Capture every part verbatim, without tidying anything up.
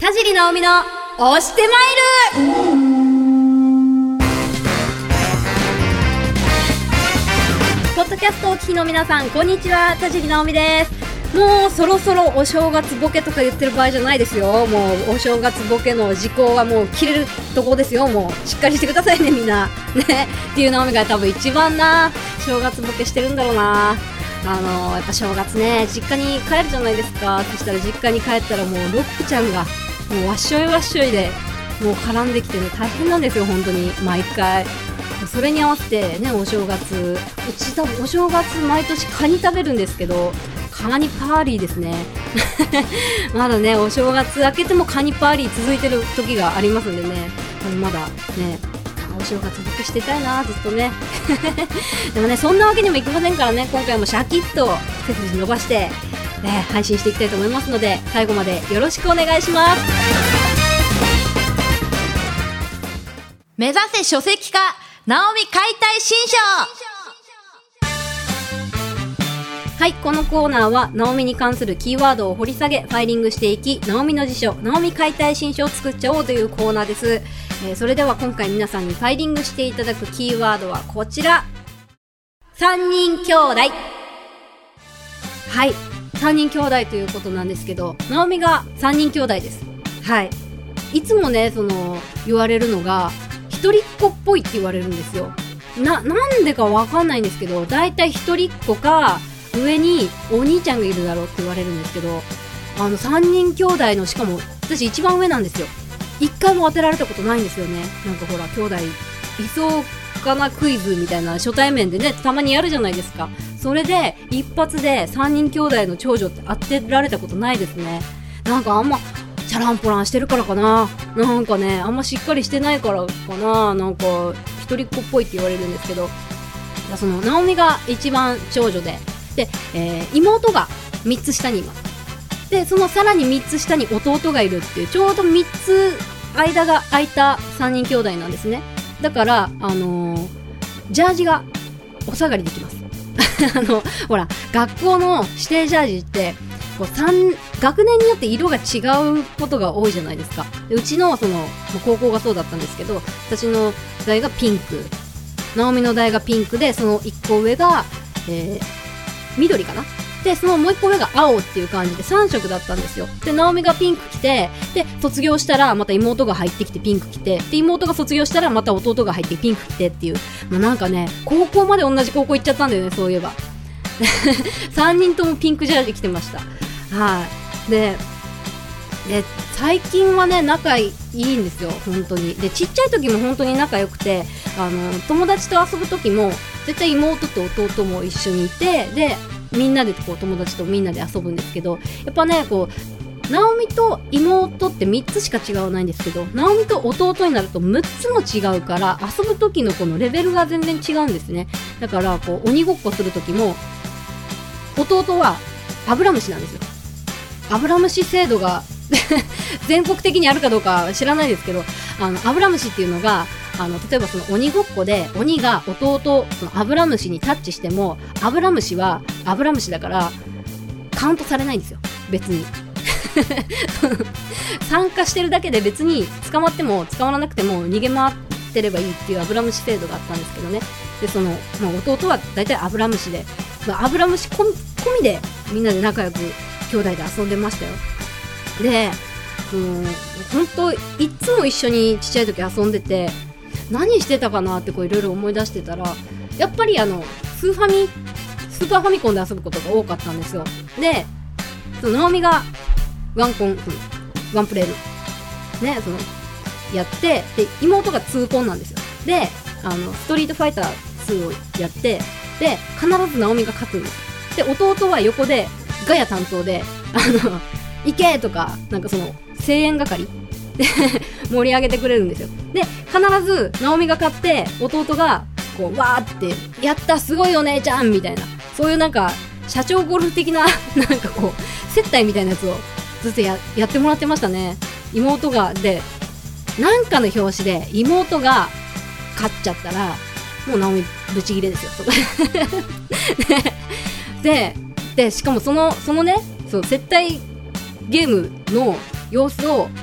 田尻直美の押してまいる。ポッドキャストをお聞きの皆さん、こんにちは。田尻直美です。もうそろそろお正月ボケとか言ってる場合じゃないですよ。もうお正月ボケの時効はもう切れるとこですよ。もうしっかりしてくださいね、みんなね。っていう直美が多分一番な正月ボケしてるんだろうな。あのー、やっぱ正月ね、実家に帰るじゃないですか。そしたら実家に帰ったらもうロックちゃんがもうわっしょいわっしょいでもう絡んできてね、大変なんですよ本当に毎回。それに合わせてね、お正月、うち多分お正月毎年カニ食べるんですけど、カニパーリーですねまだね、お正月明けてもカニパーリー続いてる時がありますんでね、まだね、お正月ボケしてたいな、ずっとねでもね、そんなわけにもいきませんからね、今回もシャキッと背筋伸ばして、ね、配信していきたいと思いますので、最後までよろしくお願いします。 目指せ書籍化、直美解体新書。 はい、このコーナーは直美に関するキーワードを掘り下げファイリングしていき、直美の辞書、直美解体新書を作っちゃおうというコーナーです。えー、それでは今回皆さんにファイリングしていただくキーワードはこちら、三人兄弟。はい、三人兄弟ということなんですけど、直美が三人兄弟です。はい、いつもね、その言われるのが一人っ子っぽいって言われるんですよ。な、なんでかわかんないんですけど、だいたい一人っ子か上にお兄ちゃんがいるだろうって言われるんですけど、あのさんにん兄弟の、しかも私一番上なんですよ。一回も当てられたことないんですよね。なんかほら、兄弟いそうかなクイズみたいな初対面でね、たまにやるじゃないですか。それで一発でさんにん兄弟の長女って当てられたことないですね。なんかあんまチャランポランしてるからかな、なんかね、あんましっかりしてないからかな、なんか一人っ子っぽいって言われるんですけど、その直美が一番長女で、で、えー、妹がみっつ下にいます。で、そのさらにみっつ下に弟がいるっていう、ちょうどみっつ間が空いたさんにん兄弟なんですね。だから、あのー、ジャージがお下がりできますあの、ほら、学校の指定ジャージってこうさん学年によって色が違うことが多いじゃないですか。で、うちのその高校がそうだったんですけど、私の代がピンク、直美の代がピンクで、そのいっこ上が、えー、緑かな。で、そのもういっこ上が青っていう感じでさん色だったんですよ。で、直美がピンク着て、で、卒業したらまた妹が入ってきてピンク着て、で、妹が卒業したらまた弟が入ってピンク着てっていう、もうなんかね、高校まで同じ高校行っちゃったんだよね、そういえばさんにんともピンクジャージ着てました。はい。で、で、最近はね、仲いいんですよ、本当に。で、ちっちゃい時も本当に仲良くて、あの、友達と遊ぶ時も、絶対妹と弟も一緒にいて、で、みんなでこう、友達とみんなで遊ぶんですけど、やっぱね、こう、直美と妹ってみっつしか違わないんですけど、直美と弟になるとむっつも違うから、遊ぶ時のこのレベルが全然違うんですね。だから、こう、鬼ごっこする時も、弟はアブラムシなんですよ。アブラムシ制度が全国的にあるかどうか知らないですけど、あのアブラムシっていうのが、あの例えばその鬼ごっこで鬼が弟そのアブラムシにタッチしても、アブラムシはアブラムシだからカウントされないんですよ、別に参加してるだけで別に捕まっても捕まらなくても逃げ回ってればいいっていうアブラムシ制度があったんですけどね。で、その、まあ、弟はだいたいアブラムシで、まあ、アブラムシ込み、込みでみんなで仲良く兄弟で遊んでましたよ。で、うん、本当いつも一緒にちっちゃい時遊んでて、何してたかなってこういろいろ思い出してたら、やっぱりあのスーファミスーパーファミコンで遊ぶことが多かったんですよ。で、その直美がワンコン、うん、ワンプレイのね、そのやって、で妹がツーコンなんですよ。で、あのストリートファイターツーをやって、で必ず直美が勝つんです。で、弟は横でガヤ担当で、あの行けとか、なんかその声援係で盛り上げてくれるんですよ。で、必ず直美が勝って、弟がこうわーってやったすごいお姉ちゃんみたいな、そういうなんか社長ゴルフ的ななんかこう接待みたいなやつをずっと や, やってもらってましたね。妹がで、なんかの表紙で妹が勝っちゃったらもう直美ブチギレですよ、そこででしかもそのそのね、そう接待ゲームの様子を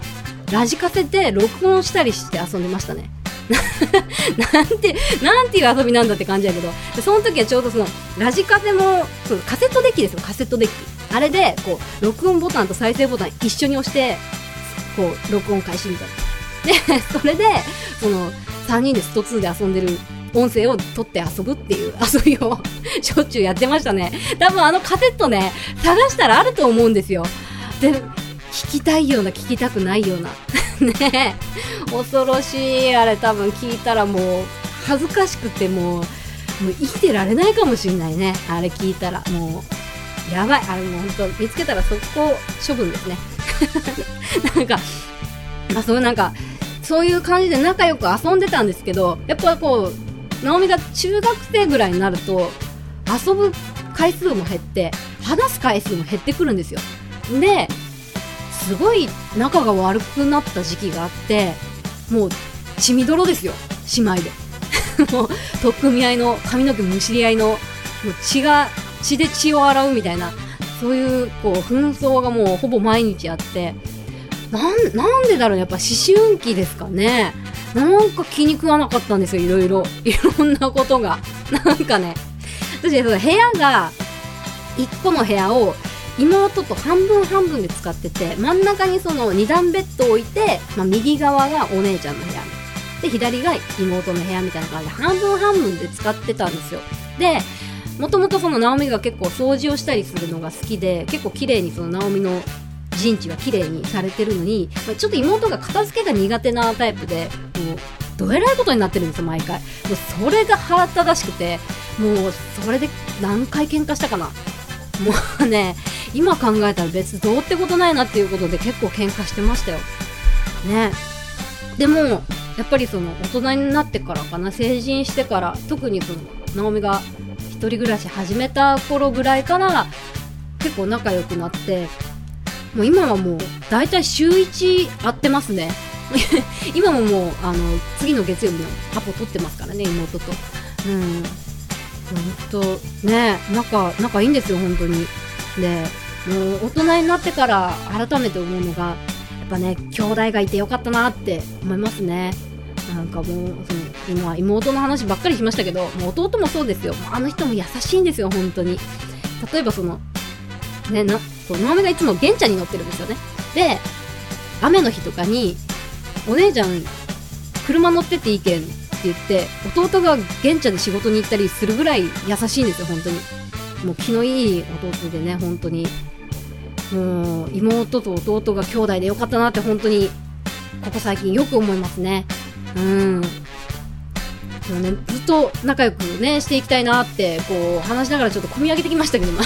ラジカセで録音したりして遊んでましたね。なんて、なんていう遊びなんだって感じだけど、でその時はちょうどそのラジカセもそのカセットデッキですよ、カセットデッキ。あれでこう録音ボタンと再生ボタン一緒に押してこう録音開始みたいな。でそれでそのさんにんでストツーで遊んでる音声を取って遊ぶっていう遊びをしょっちゅうやってましたね。多分あのカセットね、探したらあると思うんですよ。で、聞きたいような聞きたくないようなねえ、恐ろしい。あれ多分聞いたらもう恥ずかしくてもう、もう生きてられないかもしれないね。あれ聞いたらもうやばい。あれもう本当見つけたら速攻処分ですね。なんか、まあそういうなんかそういう感じで仲良く遊んでたんですけど、やっぱこう直美が中学生ぐらいになると遊ぶ回数も減って話す回数も減ってくるんですよ。ですごい仲が悪くなった時期があって、もう血みどろですよ、姉妹で。もう取っ組み合いの、髪の毛むしり合いの、もう血が血で血を洗うみたいな、そういうこう紛争がもうほぼ毎日あって、なん、なんでだろうね、やっぱ思春期ですかね。なんか気に食わなかったんですよ、いろいろ。いろんなことが。なんかね、私その部屋が、いっこの部屋を妹と半分半分で使ってて、真ん中にそのに段ベッドを置いて、まあ、右側がお姉ちゃんの部屋で、左が妹の部屋みたいな感じで半分半分で使ってたんですよ。で、もともとその直美が結構掃除をしたりするのが好きで、結構綺麗にその直美の陣地は綺麗にされてるのに、ちょっと妹が片付けが苦手なタイプで、もうどえらいことになってるんですよ、毎回。もうそれが腹立たしくて、もうそれで何回喧嘩したかな。もうね、今考えたら別にどうってことないなっていうことで結構喧嘩してましたよね。でもやっぱりその大人になってからかな、成人してから、特にその直美が一人暮らし始めた頃ぐらいから結構仲良くなって、もう今はもうだいたい週いち会ってますね。今ももうあの次の月曜日のアポ取ってますからね、妹と。うん、本当ね、仲仲いいんですよ本当に。で、もう大人になってから改めて思うのが、やっぱね、兄弟がいてよかったなって思いますね。なんかもうその今妹の話ばっかりしましたけど、もう弟もそうですよ。あの人も優しいんですよ本当に。例えばそのね、な直美がいつも玄茶に乗ってるんですよね。で、雨の日とかにお姉ちゃん車乗ってっていいけんって言って、弟が玄茶で仕事に行ったりするぐらい優しいんですよ本当に。もう気のいい弟でね、本当にもう妹と弟が兄弟でよかったなって本当にここ最近よく思いますね。うん。でもね、ずっと仲良くねしていきたいなってこう話しながらちょっと込み上げてきましたけども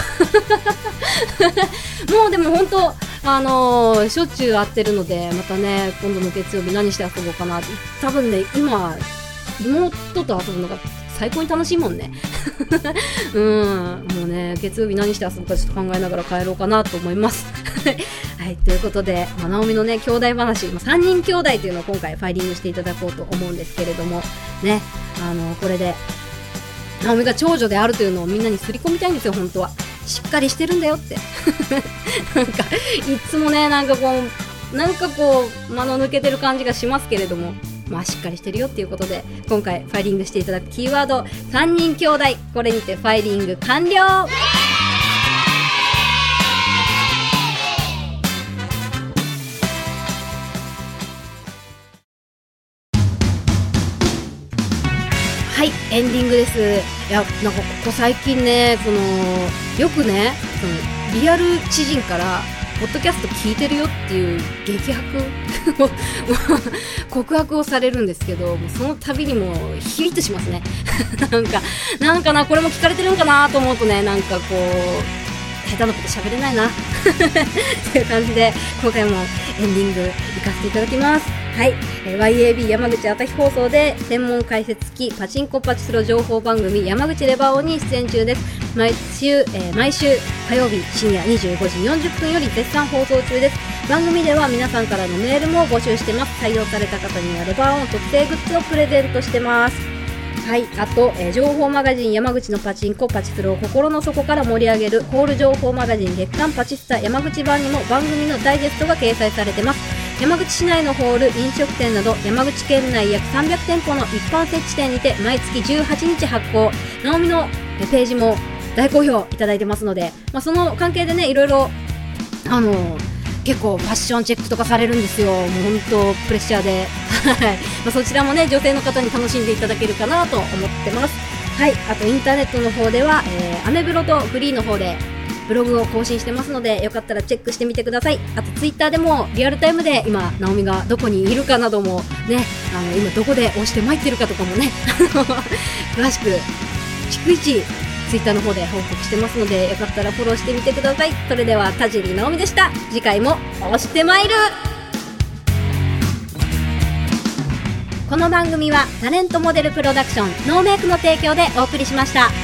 うでも本当あのー、しょっちゅう会ってるので、またね今度の月曜日何して遊ぼうかなって。多分ね、今妹と遊ぶのが最高に楽しいもんね。うん、もうね、月曜日何して遊ぶかちょっと考えながら帰ろうかなと思います。はい、ということで、まあ、直美のね、兄弟話、まあ、さんにん兄弟というのを今回ファイリングしていただこうと思うんですけれども、ね、あの、これで、直美が長女であるというのをみんなにすり込みたいんですよ、本当は。しっかりしてるんだよって。なんか、いつもね、なんかこう、なんかこう、間の抜けてる感じがしますけれども、まあしっかりしてるよっていうことで、今回ファイリングしていただくキーワードさんにん兄弟、これにてファイリング完了。はい、エンディングです。いや、なんかここ最近ね、そのよくね、そのリアル知人からポッドキャスト聞いてるよっていう激白を告白をされるんですけど、もうその度にもうヒリッとしますね。なんかなんかな、これも聞かれてるんかなと思うとね、なんかこう下手なこと喋れないなっていう感じで、今回もエンディング行かせていただきます。はい、えー、ワイエービー 山口朝日放送で専門解説付きパチンコパチスロ情報番組山口レバーオに出演中です。毎週、えー、毎週火曜日深夜にじゅうごじよんじゅっぷんより絶賛放送中です。番組では皆さんからのメールも募集してます。採用された方にはレバーオン特製グッズをプレゼントしてます。はい、あと、えー、情報マガジン山口のパチンコパチスロを心の底から盛り上げるコール情報マガジン月刊パチスタ山口版にも番組のダイジェストが掲載されてます。 山口市内のホール、飲食店など山口県内約さんびゃくてんぽの一般設置店にて毎月じゅうはちにち発行、ナオミのページも大好評いただいてますので、まあ、その関係でねいろいろあの結構ファッションチェックとかされるんですよ。もう本当プレッシャーでまあそちらもね女性の方に楽しんでいただけるかなと思ってます。はい、あとインターネットの方では、えー、アメブロとフリーの方でブログを更新してますので、よかったらチェックしてみてください。あとツイッターでもリアルタイムで今ナオミがどこにいるかなどもね、あの今どこで押して参ってるかとかもね詳しく逐一ツイッターの方で報告してますので、よかったらフォローしてみてください。それでは田尻ナオミでした。次回も押してまいる。この番組はタレントモデルプロダクションノーメイクの提供でお送りしました。